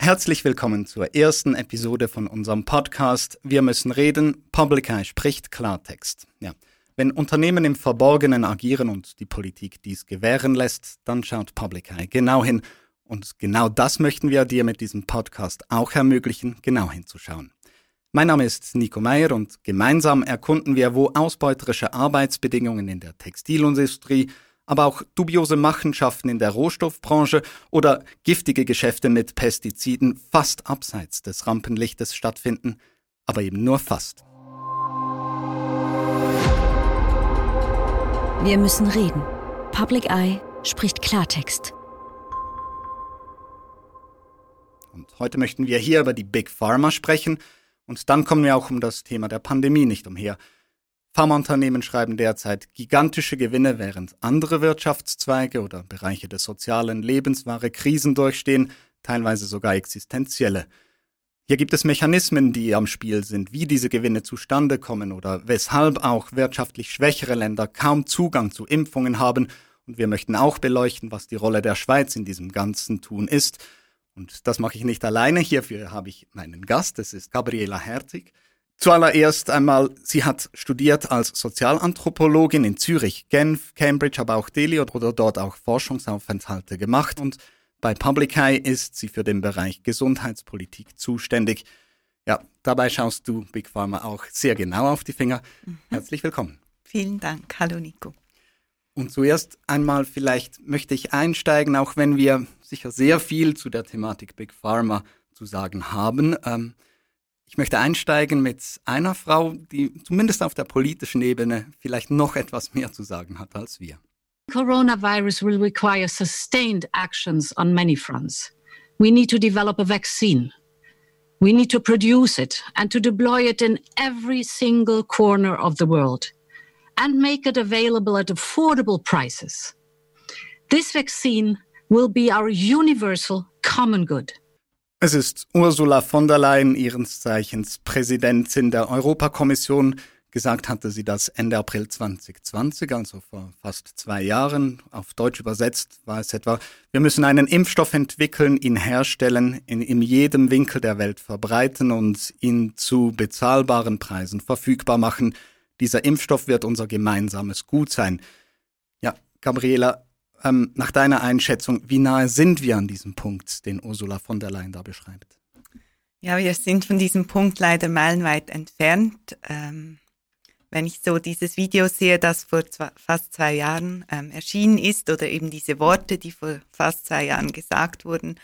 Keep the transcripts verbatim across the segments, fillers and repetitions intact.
Herzlich willkommen zur ersten Episode von unserem Podcast Wir müssen reden, Public Eye spricht Klartext. Ja. Wenn Unternehmen im Verborgenen agieren und die Politik dies gewähren lässt, dann schaut Public Eye genau hin. Und genau das möchten wir dir mit diesem Podcast auch ermöglichen, genau hinzuschauen. Mein Name ist Nico Meyer und gemeinsam erkunden wir, wo ausbeuterische Arbeitsbedingungen in der Textilindustrie, aber auch dubiose Machenschaften in der Rohstoffbranche oder giftige Geschäfte mit Pestiziden fast abseits des Rampenlichtes stattfinden, aber eben nur fast. Wir müssen reden. Public Eye spricht Klartext. Und heute möchten wir hier über die Big Pharma sprechen und dann kommen wir auch um das Thema der Pandemie nicht umher. Pharmaunternehmen schreiben derzeit gigantische Gewinne, während andere Wirtschaftszweige oder Bereiche des sozialen Lebens wahre Krisen durchstehen, teilweise sogar existenzielle. Hier gibt es Mechanismen, die am Spiel sind, wie diese Gewinne zustande kommen oder weshalb auch wirtschaftlich schwächere Länder kaum Zugang zu Impfungen haben. Und wir möchten auch beleuchten, was die Rolle der Schweiz in diesem ganzen Tun ist. Und das mache ich nicht alleine. Hierfür habe ich meinen Gast, das ist Gabriela Herzig. Zuallererst einmal, sie hat studiert als Sozialanthropologin in Zürich, Genf, Cambridge, aber auch Delhi oder dort auch Forschungsaufenthalte gemacht. Und bei Public Eye ist sie für den Bereich Gesundheitspolitik zuständig. Ja, dabei schaust du Big Pharma auch sehr genau auf die Finger. Mhm. Herzlich willkommen. Vielen Dank. Hallo Nico. Und zuerst einmal vielleicht möchte ich einsteigen, auch wenn wir sicher sehr viel zu der Thematik Big Pharma zu sagen haben. Ähm, Ich möchte einsteigen mit einer Frau, die zumindest auf der politischen Ebene vielleicht noch etwas mehr zu sagen hat als wir. Coronavirus will require sustained actions on many fronts. We need to develop a vaccine. We need to produce it and to deploy it in every single corner of the world and make it available at affordable prices. This vaccine will be our universal common good. Es ist Ursula von der Leyen, ihres Zeichens Präsidentin der Europakommission. Gesagt hatte sie das Ende April zwanzig zwanzig, also vor fast zwei Jahren. Auf Deutsch übersetzt war es etwa: Wir müssen einen Impfstoff entwickeln, ihn herstellen, in, in jedem Winkel der Welt verbreiten und ihn zu bezahlbaren Preisen verfügbar machen. Dieser Impfstoff wird unser gemeinsames Gut sein. Ja, Gabriela, Ähm, nach deiner Einschätzung, wie nahe sind wir an diesem Punkt, den Ursula von der Leyen da beschreibt? Ja, wir sind von diesem Punkt leider meilenweit entfernt. Ähm, wenn ich so dieses Video sehe, das vor zwei, fast zwei Jahren ähm, erschienen ist, oder eben diese Worte, die vor fast zwei Jahren gesagt wurden,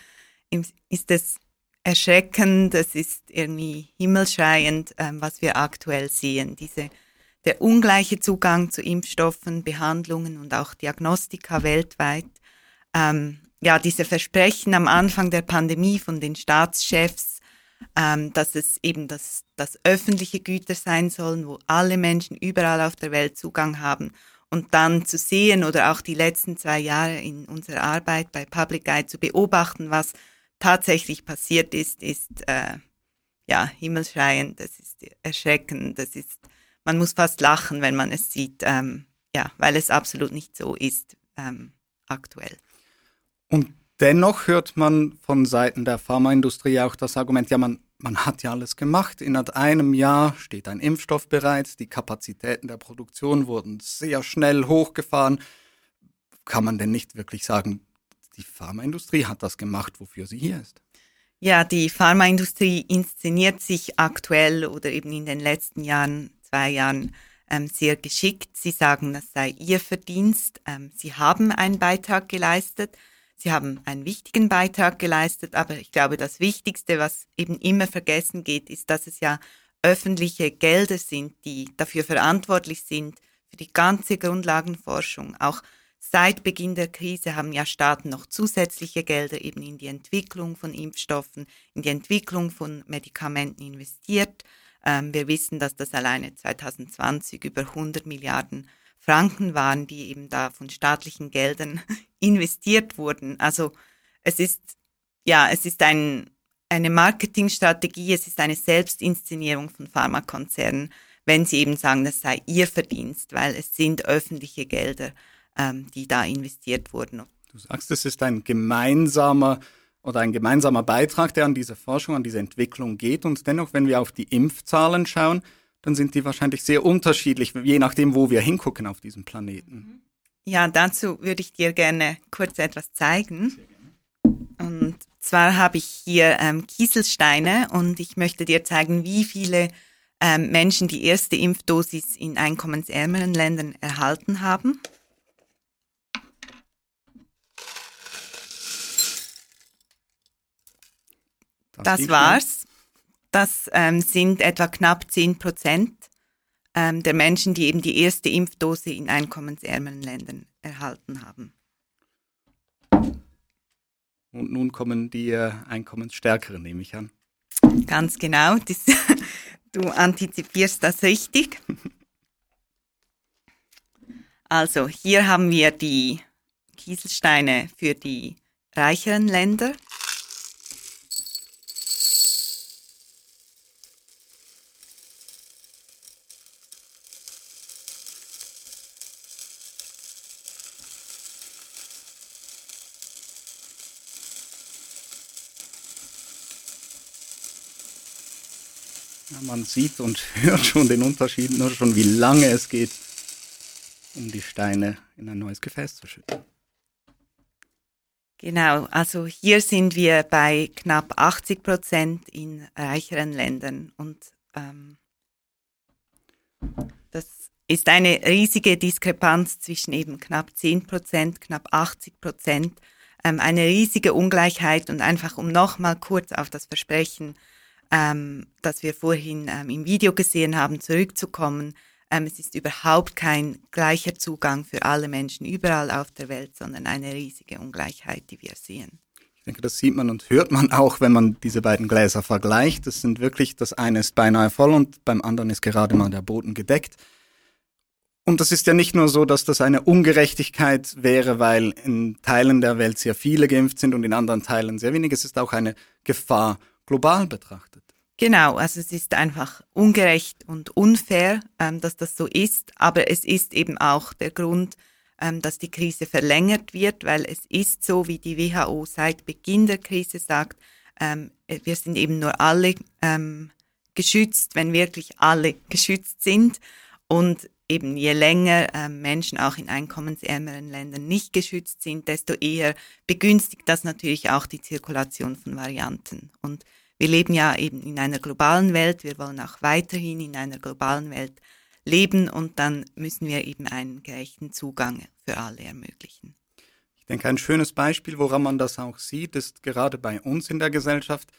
ist es erschreckend, es ist irgendwie himmelschreiend, ähm, was wir aktuell sehen. Diese Der ungleiche Zugang zu Impfstoffen, Behandlungen und auch Diagnostika weltweit. Ähm, ja, diese Versprechen am Anfang der Pandemie von den Staatschefs, ähm, dass es eben das, das öffentliche Güter sein sollen, wo alle Menschen überall auf der Welt Zugang haben. Und dann zu sehen oder auch die letzten zwei Jahre in unserer Arbeit bei Public Eye zu beobachten, was tatsächlich passiert ist, ist äh, ja himmelschreiend, das ist erschreckend, das ist Man muss fast lachen, wenn man es sieht, ähm, ja, weil es absolut nicht so ist ähm, aktuell. Und dennoch hört man von Seiten der Pharmaindustrie auch das Argument, ja, man, man hat ja alles gemacht. In einem Jahr steht ein Impfstoff bereit, die Kapazitäten der Produktion wurden sehr schnell hochgefahren. Kann man denn nicht wirklich sagen, die Pharmaindustrie hat das gemacht, wofür sie hier ist? Ja, die Pharmaindustrie inszeniert sich aktuell oder eben in den letzten Jahren zwei Jahren ähm, sehr geschickt. Sie sagen, das sei ihr Verdienst. Ähm, sie haben einen Beitrag geleistet. Sie haben einen wichtigen Beitrag geleistet. Aber ich glaube, das Wichtigste, was eben immer vergessen geht, ist, dass es ja öffentliche Gelder sind, die dafür verantwortlich sind, für die ganze Grundlagenforschung. Auch seit Beginn der Krise haben ja Staaten noch zusätzliche Gelder eben in die Entwicklung von Impfstoffen, in die Entwicklung von Medikamenten investiert. Ähm, wir wissen, dass das alleine zwanzig zwanzig über hundert Milliarden Franken waren, die eben da von staatlichen Geldern investiert wurden. Also es ist, ja, es ist ein, eine Marketingstrategie, es ist eine Selbstinszenierung von Pharmakonzernen, wenn sie eben sagen, das sei ihr Verdienst, weil es sind öffentliche Gelder, ähm, die da investiert wurden. Du sagst, es ist ein gemeinsamer oder ein gemeinsamer Beitrag, der an diese Forschung, an diese Entwicklung geht. Und dennoch, wenn wir auf die Impfzahlen schauen, dann sind die wahrscheinlich sehr unterschiedlich, je nachdem, wo wir hingucken auf diesem Planeten. Ja, dazu würde ich dir gerne kurz etwas zeigen. Und zwar habe ich hier ähm, Kieselsteine und ich möchte dir zeigen, wie viele ähm, Menschen die erste Impfdosis in einkommensärmeren Ländern erhalten haben. Das, das war's. Das ähm, sind etwa knapp zehn Prozent ähm, der Menschen, die eben die erste Impfdose in einkommensärmeren Ländern erhalten haben. Und nun kommen die äh, Einkommensstärkeren, nehme ich an. Ganz genau, das, du antizipierst das richtig. Also hier haben wir die Kieselsteine für die reicheren Länder. Ja, man sieht und hört schon den Unterschied, nur schon wie lange es geht, um die Steine in ein neues Gefäß zu schütten. Genau, also hier sind wir bei knapp achtzig Prozent in reicheren Ländern und ähm, das ist eine riesige Diskrepanz zwischen eben knapp zehn Prozent, knapp achtzig Prozent, ähm, eine riesige Ungleichheit und einfach um nochmal kurz auf das Versprechen, ähm, das wir vorhin ähm, im Video gesehen haben, zurückzukommen. Ähm, es ist überhaupt kein gleicher Zugang für alle Menschen überall auf der Welt, sondern eine riesige Ungleichheit, die wir sehen. Ich denke, das sieht man und hört man auch, wenn man diese beiden Gläser vergleicht. Das sind wirklich, das eine ist beinahe voll und beim anderen ist gerade mal der Boden gedeckt. Und das ist ja nicht nur so, dass das eine Ungerechtigkeit wäre, weil in Teilen der Welt sehr viele geimpft sind und in anderen Teilen sehr wenig. Es ist auch eine Gefahr global betrachtet. Genau, also es ist einfach ungerecht und unfair, ähm, dass das so ist, aber es ist eben auch der Grund, ähm, dass die Krise verlängert wird, weil es ist so, wie die W H O seit Beginn der Krise sagt, ähm, wir sind eben nur alle ähm, geschützt, wenn wirklich alle geschützt sind und eben je länger ähm, Menschen auch in einkommensärmeren Ländern nicht geschützt sind, desto eher begünstigt das natürlich auch die Zirkulation von Varianten. Und wir leben ja eben in einer globalen Welt, wir wollen auch weiterhin in einer globalen Welt leben und dann müssen wir eben einen gerechten Zugang für alle ermöglichen. Ich denke, ein schönes Beispiel, woran man das auch sieht, ist gerade bei uns in der Gesellschaft,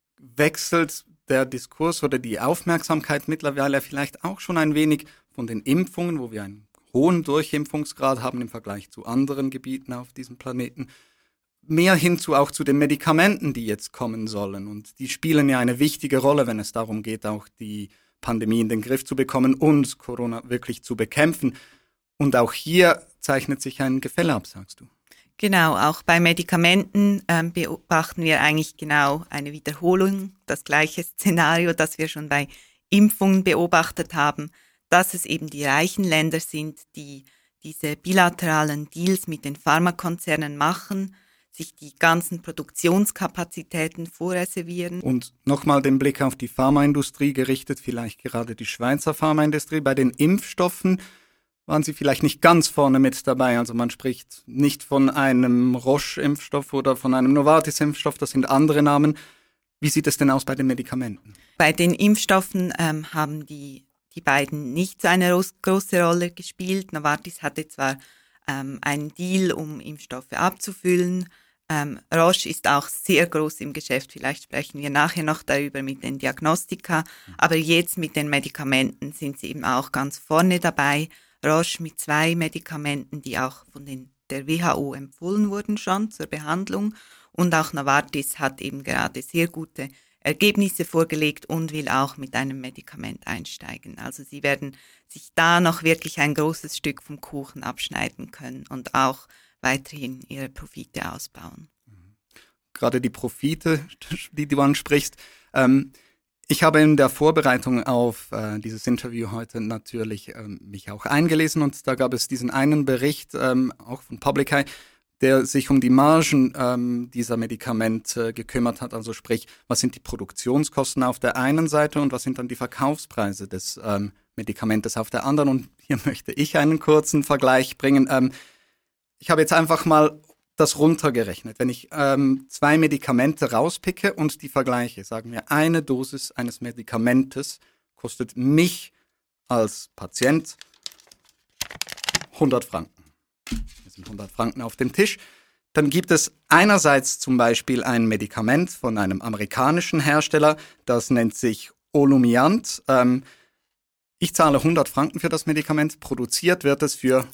wechselt der Diskurs oder die Aufmerksamkeit mittlerweile vielleicht auch schon ein wenig von den Impfungen, wo wir einen hohen Durchimpfungsgrad haben im Vergleich zu anderen Gebieten auf diesem Planeten, mehr hinzu auch zu den Medikamenten, die jetzt kommen sollen. Und die spielen ja eine wichtige Rolle, wenn es darum geht, auch die Pandemie in den Griff zu bekommen und Corona wirklich zu bekämpfen. Und auch hier zeichnet sich ein Gefälle ab, sagst du. Genau, auch bei Medikamenten ähm, beobachten wir eigentlich genau eine Wiederholung, das gleiche Szenario, das wir schon bei Impfungen beobachtet haben, dass es eben die reichen Länder sind, die diese bilateralen Deals mit den Pharmakonzernen machen, sich die ganzen Produktionskapazitäten vorreservieren. Und nochmal den Blick auf die Pharmaindustrie gerichtet, vielleicht gerade die Schweizer Pharmaindustrie. Bei den Impfstoffen waren sie vielleicht nicht ganz vorne mit dabei. Also man spricht nicht von einem Roche-Impfstoff oder von einem Novartis-Impfstoff, das sind andere Namen. Wie sieht es denn aus bei den Medikamenten? Bei den Impfstoffen ähm, haben die, die beiden nicht so eine große Rolle gespielt. Novartis hatte zwar ähm, einen Deal, um Impfstoffe abzufüllen. Ähm, Roche ist auch sehr groß im Geschäft, vielleicht sprechen wir nachher noch darüber mit den Diagnostika, aber jetzt mit den Medikamenten sind sie eben auch ganz vorne dabei. Roche mit zwei Medikamenten, die auch von den, der W H O empfohlen wurden schon zur Behandlung und auch Novartis hat eben gerade sehr gute Ergebnisse vorgelegt und will auch mit einem Medikament einsteigen. Also sie werden sich da noch wirklich ein großes Stück vom Kuchen abschneiden können und auch weiterhin ihre Profite ausbauen. Gerade die Profite, die du ansprichst. Ähm, ich habe in der Vorbereitung auf äh, dieses Interview heute natürlich ähm, mich auch eingelesen und da gab es diesen einen Bericht, ähm, auch von Public Eye, der sich um die Margen ähm, dieser Medikamente gekümmert hat. Also sprich, was sind die Produktionskosten auf der einen Seite und was sind dann die Verkaufspreise des ähm, Medikamentes auf der anderen. Und hier möchte ich einen kurzen Vergleich bringen. Ähm, ich habe jetzt einfach mal das runtergerechnet. Wenn ich ähm, zwei Medikamente rauspicke und die vergleiche, sagen wir, eine Dosis eines Medikamentes kostet mich als Patient hundert Franken. Hier sind hundert Franken auf dem Tisch. Dann gibt es einerseits zum Beispiel ein Medikament von einem amerikanischen Hersteller, das nennt sich Olumiant. Ähm, ich zahle hundert Franken für das Medikament, produziert wird es für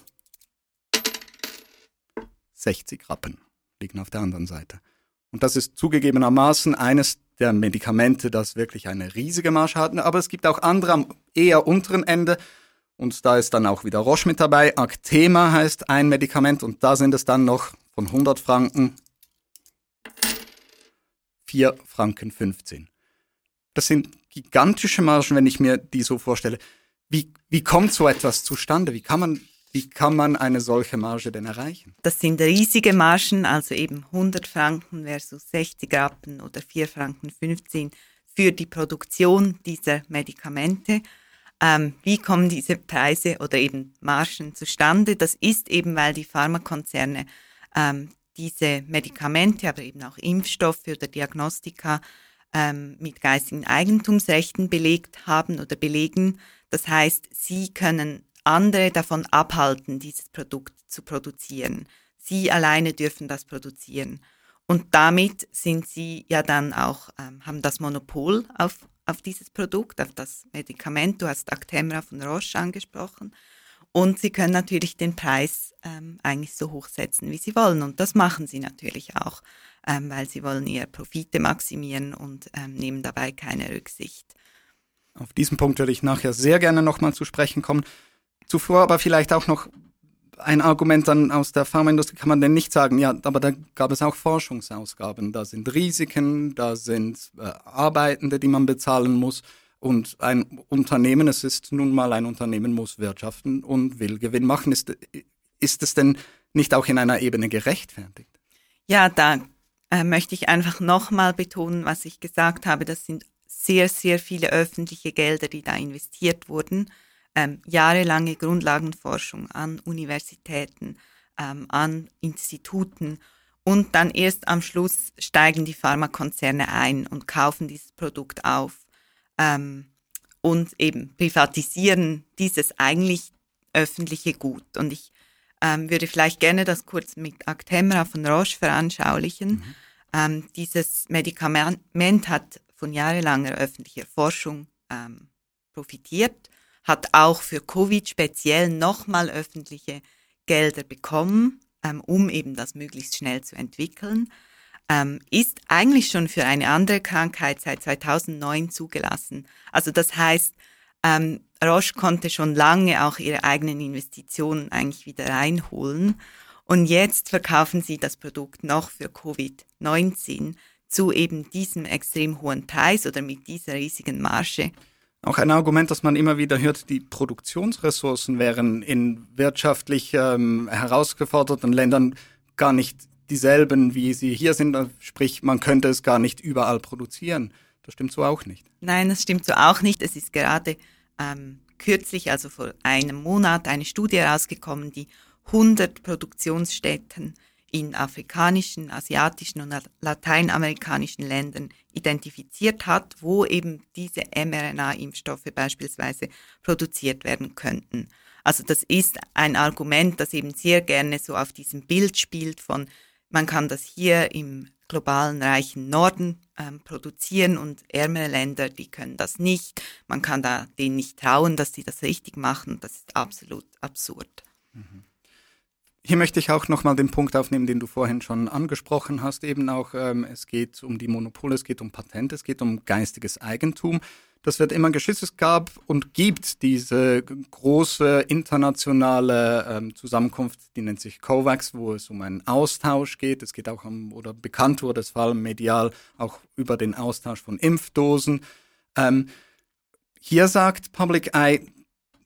sechzig Rappen, liegen auf der anderen Seite. Und das ist zugegebenermaßen eines der Medikamente, das wirklich eine riesige Marge hat. Aber es gibt auch andere am eher unteren Ende. Und da ist dann auch wieder Roche mit dabei. Actema heißt ein Medikament und da sind es dann noch von hundert Franken vier Franken fünfzehn. Das sind gigantische Margen, wenn ich mir die so vorstelle. Wie, wie kommt so etwas zustande? Wie kann man, wie kann man eine solche Marge denn erreichen? Das sind riesige Margen, also eben hundert Franken versus sechzig Rappen oder vier Franken fünfzehn für die Produktion dieser Medikamente. Ähm, wie kommen diese Preise oder eben Margen zustande? Das ist eben, weil die Pharmakonzerne ähm, diese Medikamente, aber eben auch Impfstoffe oder Diagnostika ähm, mit geistigen Eigentumsrechten belegt haben oder belegen. Das heißt, sie können andere davon abhalten, dieses Produkt zu produzieren. Sie alleine dürfen das produzieren. Und damit sind sie ja dann auch, ähm, haben das Monopol auf auf dieses Produkt, auf das Medikament. Du hast Actemra von Roche angesprochen. Und sie können natürlich den Preis ähm, eigentlich so hoch setzen, wie sie wollen. Und das machen sie natürlich auch, ähm, weil sie wollen ihre Profite maximieren und ähm, nehmen dabei keine Rücksicht. Auf diesen Punkt würde ich nachher sehr gerne nochmal zu sprechen kommen. Zuvor aber vielleicht auch noch ein Argument dann aus der Pharmaindustrie, kann man denn nicht sagen, ja, aber da gab es auch Forschungsausgaben, da sind Risiken, da sind äh, Arbeitende, die man bezahlen muss und ein Unternehmen, es ist nun mal ein Unternehmen, muss wirtschaften und will Gewinn machen. Ist, ist es denn nicht auch in einer Ebene gerechtfertigt? Ja, da äh, möchte ich einfach nochmal betonen, was ich gesagt habe, das sind sehr, sehr viele öffentliche Gelder, die da investiert wurden. Ähm, jahrelange Grundlagenforschung an Universitäten, ähm, an Instituten und dann erst am Schluss steigen die Pharmakonzerne ein und kaufen dieses Produkt auf ähm, und eben privatisieren dieses eigentlich öffentliche Gut. Und ich ähm, würde vielleicht gerne das kurz mit Actemra von Roche veranschaulichen. Mhm. Ähm, dieses Medikament hat von jahrelanger öffentlicher Forschung ähm, profitiert, hat auch für Covid speziell nochmal öffentliche Gelder bekommen, ähm, um eben das möglichst schnell zu entwickeln, ähm, ist eigentlich schon für eine andere Krankheit seit zweitausendneun zugelassen. Also das heißt, ähm, Roche konnte schon lange auch ihre eigenen Investitionen eigentlich wieder reinholen und jetzt verkaufen sie das Produkt noch für Covid neunzehn zu eben diesem extrem hohen Preis oder mit dieser riesigen Marge. Auch ein Argument, das man immer wieder hört, die Produktionsressourcen wären in wirtschaftlich ähm, herausgeforderten Ländern gar nicht dieselben, wie sie hier sind. Sprich, man könnte es gar nicht überall produzieren. Das stimmt so auch nicht. Nein, das stimmt so auch nicht. Es ist gerade ähm, kürzlich, also vor einem Monat, eine Studie herausgekommen, die hundert Produktionsstätten in afrikanischen, asiatischen und lateinamerikanischen Ländern identifiziert hat, wo eben diese mRNA-Impfstoffe beispielsweise produziert werden könnten. Also das ist ein Argument, das eben sehr gerne so auf diesem Bild spielt von, man kann das hier im globalen reichen Norden ähm, produzieren und ärmere Länder, die können das nicht. Man kann da denen nicht trauen, dass sie das richtig machen. Das ist absolut absurd. Mhm. Hier möchte ich auch nochmal den Punkt aufnehmen, den du vorhin schon angesprochen hast. Eben auch, ähm, es geht um die Monopole, es geht um Patente, es geht um geistiges Eigentum. Das wird immer geschützt. Es gab und gibt diese große internationale ähm, Zusammenkunft, die nennt sich COVAX, wo es um einen Austausch geht. Es geht auch um, oder bekannt wurde es vor allem medial, auch über den Austausch von Impfdosen. Ähm, hier sagt Public Eye,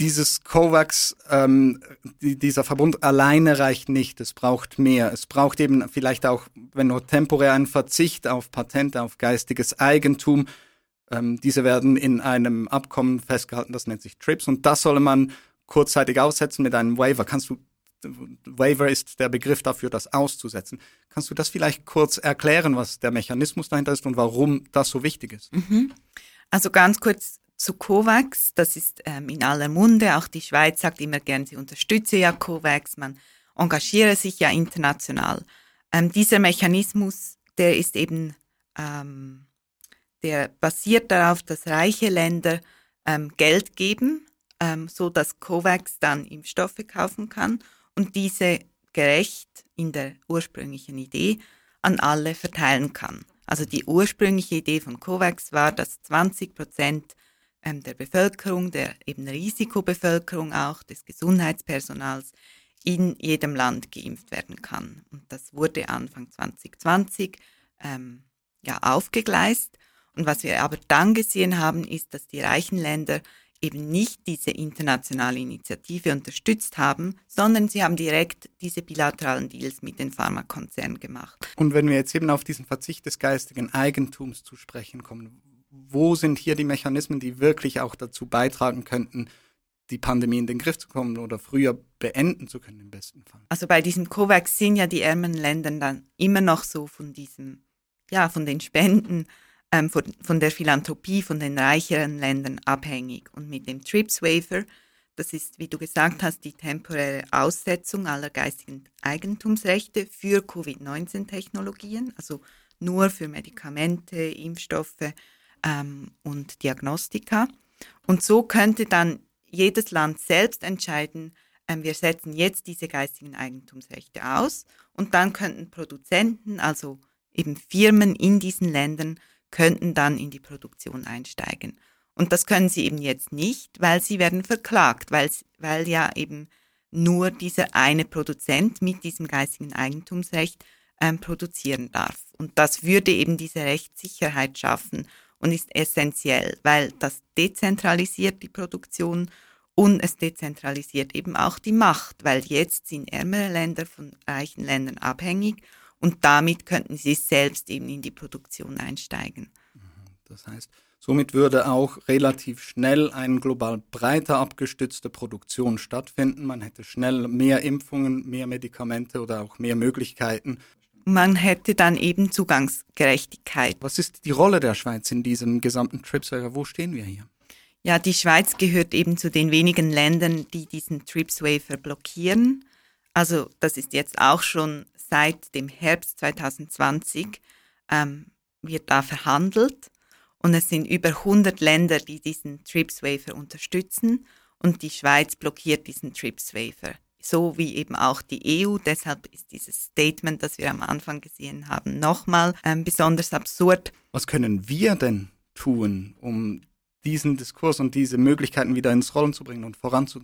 dieses COVAX, ähm, die, dieser Verbund alleine reicht nicht. Es braucht mehr. Es braucht eben vielleicht auch, wenn nur temporär, einen Verzicht auf Patente, auf geistiges Eigentum. Ähm, diese werden in einem Abkommen festgehalten, das nennt sich TRIPS. Und das solle man kurzzeitig aussetzen mit einem Waiver. Kannst du, Waiver ist der Begriff dafür, das auszusetzen. Kannst du das vielleicht kurz erklären, was der Mechanismus dahinter ist und warum das so wichtig ist? Mhm. Also ganz kurz zu COVAX, das ist ähm, in aller Munde, auch die Schweiz sagt immer gern, sie unterstütze ja COVAX, man engagiere sich ja international. Ähm, dieser Mechanismus, der ist eben, ähm, der basiert darauf, dass reiche Länder ähm, Geld geben, ähm, so dass COVAX dann Impfstoffe kaufen kann und diese gerecht in der ursprünglichen Idee an alle verteilen kann. Also die ursprüngliche Idee von COVAX war, dass zwanzig Prozent der Bevölkerung, der eben Risikobevölkerung auch, des Gesundheitspersonals in jedem Land geimpft werden kann. Und das wurde Anfang zwanzig zwanzig ähm, ja aufgegleist. Und was wir aber dann gesehen haben, ist, dass die reichen Länder eben nicht diese internationale Initiative unterstützt haben, sondern sie haben direkt diese bilateralen Deals mit den Pharmakonzernen gemacht. Und wenn wir jetzt eben auf diesen Verzicht des geistigen Eigentums zu sprechen kommen, wo sind hier die Mechanismen, die wirklich auch dazu beitragen könnten, die Pandemie in den Griff zu kommen oder früher beenden zu können im besten Fall? Also bei diesem COVAX sind ja die ärmeren Länder dann immer noch so von diesem, ja, von den Spenden, ähm, von, von der Philanthropie, von den reicheren Ländern abhängig. Und mit dem TRIPS-Waiver, das ist, wie du gesagt hast, die temporäre Aussetzung aller geistigen Eigentumsrechte für Covid neunzehn Technologien, also nur für Medikamente, Impfstoffe, Ähm, und Diagnostika. Und so könnte dann jedes Land selbst entscheiden, ähm, wir setzen jetzt diese geistigen Eigentumsrechte aus und dann könnten Produzenten, also eben Firmen in diesen Ländern, könnten dann in die Produktion einsteigen. Und das können sie eben jetzt nicht, weil sie werden verklagt, weil, weil ja eben nur dieser eine Produzent mit diesem geistigen Eigentumsrecht ähm, produzieren darf. Und das würde eben diese Rechtssicherheit schaffen und ist essentiell, weil das dezentralisiert die Produktion und es dezentralisiert eben auch die Macht, weil jetzt sind ärmere Länder von reichen Ländern abhängig und damit könnten sie selbst eben in die Produktion einsteigen. Das heißt, somit würde auch relativ schnell eine global breiter abgestützte Produktion stattfinden. Man hätte schnell mehr Impfungen, mehr Medikamente oder auch mehr Möglichkeiten. Man hätte dann eben Zugangsgerechtigkeit. Was ist die Rolle der Schweiz in diesem gesamten TRIPS-Waiver? Wo stehen wir hier? Ja, die Schweiz gehört eben zu den wenigen Ländern, die diesen TRIPS-Waiver blockieren. Also das ist jetzt auch schon seit dem Herbst zwanzig zwanzig, ähm, wird da verhandelt. Und es sind über hundert Länder, die diesen TRIPS-Waiver unterstützen. Und die Schweiz blockiert diesen TRIPS-Waiver. So wie eben auch die E U. Deshalb ist dieses Statement, das wir am Anfang gesehen haben, nochmal ähm, besonders absurd. Was können wir denn tun, um diesen Diskurs und diese Möglichkeiten wieder ins Rollen zu bringen und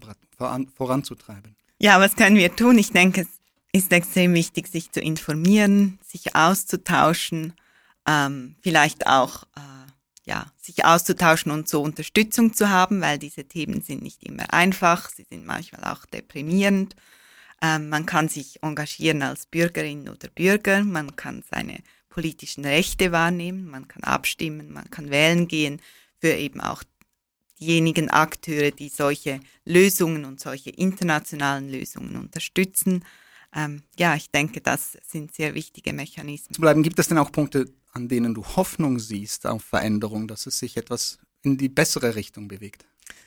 voranzutreiben? Ja, was können wir tun? Ich denke, es ist extrem wichtig, sich zu informieren, sich auszutauschen, ähm, vielleicht auch äh, ja, sich auszutauschen und so Unterstützung zu haben, weil diese Themen sind nicht immer einfach, sie sind manchmal auch deprimierend. Ähm, man kann sich engagieren als Bürgerin oder Bürger, man kann seine politischen Rechte wahrnehmen, man kann abstimmen, man kann wählen gehen für eben auch diejenigen Akteure, die solche Lösungen und solche internationalen Lösungen unterstützen. Ähm, ja, ich denke, das sind sehr wichtige Mechanismen. Zu bleiben, gibt es denn auch Punkte, an denen du Hoffnung siehst auf Veränderung, dass es sich etwas in die bessere Richtung bewegt?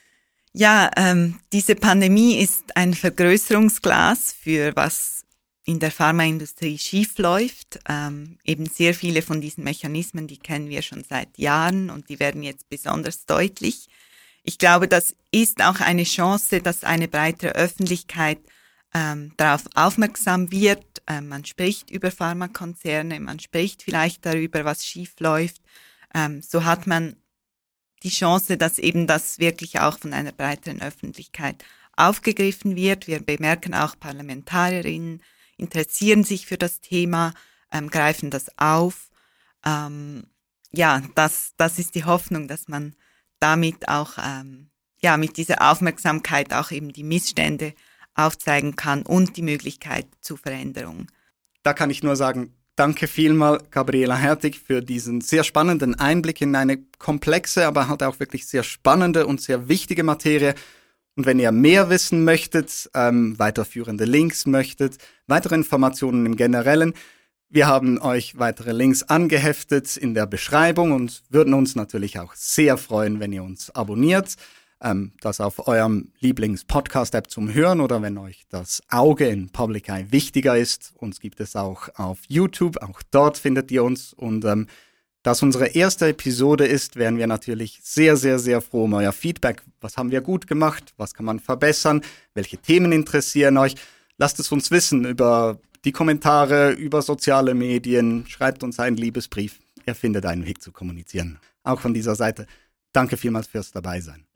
Ja, ähm, diese Pandemie ist ein Vergrößerungsglas für was in der Pharmaindustrie schiefläuft. Ähm, eben sehr viele von diesen Mechanismen, die kennen wir schon seit Jahren und die werden jetzt besonders deutlich. Ich glaube, das ist auch eine Chance, dass eine breitere Öffentlichkeit ähm, darauf aufmerksam wird. Ähm, man spricht über Pharmakonzerne, man spricht vielleicht darüber, was schief läuft. Ähm, so hat man die Chance, dass eben das wirklich auch von einer breiteren Öffentlichkeit aufgegriffen wird. Wir bemerken auch, Parlamentarierinnen interessieren sich für das Thema, ähm, greifen das auf. Ähm, ja, das, das ist die Hoffnung, dass man damit auch ähm, ja mit dieser Aufmerksamkeit auch eben die Missstände aufzeigen kann und die Möglichkeit zur Veränderung. Da kann ich nur sagen, danke vielmal, Gabriela Hertig, für diesen sehr spannenden Einblick in eine komplexe, aber halt auch wirklich sehr spannende und sehr wichtige Materie. Und wenn ihr mehr wissen möchtet, ähm, weiterführende Links möchtet, weitere Informationen im Generellen, wir haben euch weitere Links angeheftet in der Beschreibung und würden uns natürlich auch sehr freuen, wenn ihr uns abonniert, ähm, das auf eurem Lieblings-Podcast-App zum Hören oder wenn euch das Auge in Public Eye wichtiger ist. Uns gibt es auch auf YouTube, auch dort findet ihr uns. Und ähm, da es unsere erste Episode ist, wären wir natürlich sehr, sehr, sehr froh um euer Feedback. Was haben wir gut gemacht? Was kann man verbessern? Welche Themen interessieren euch? Lasst es uns wissen über die Kommentare, über soziale Medien. Schreibt uns einen Liebesbrief. Ihr findet einen Weg zu kommunizieren. Auch von dieser Seite. Danke vielmals fürs Dabeisein.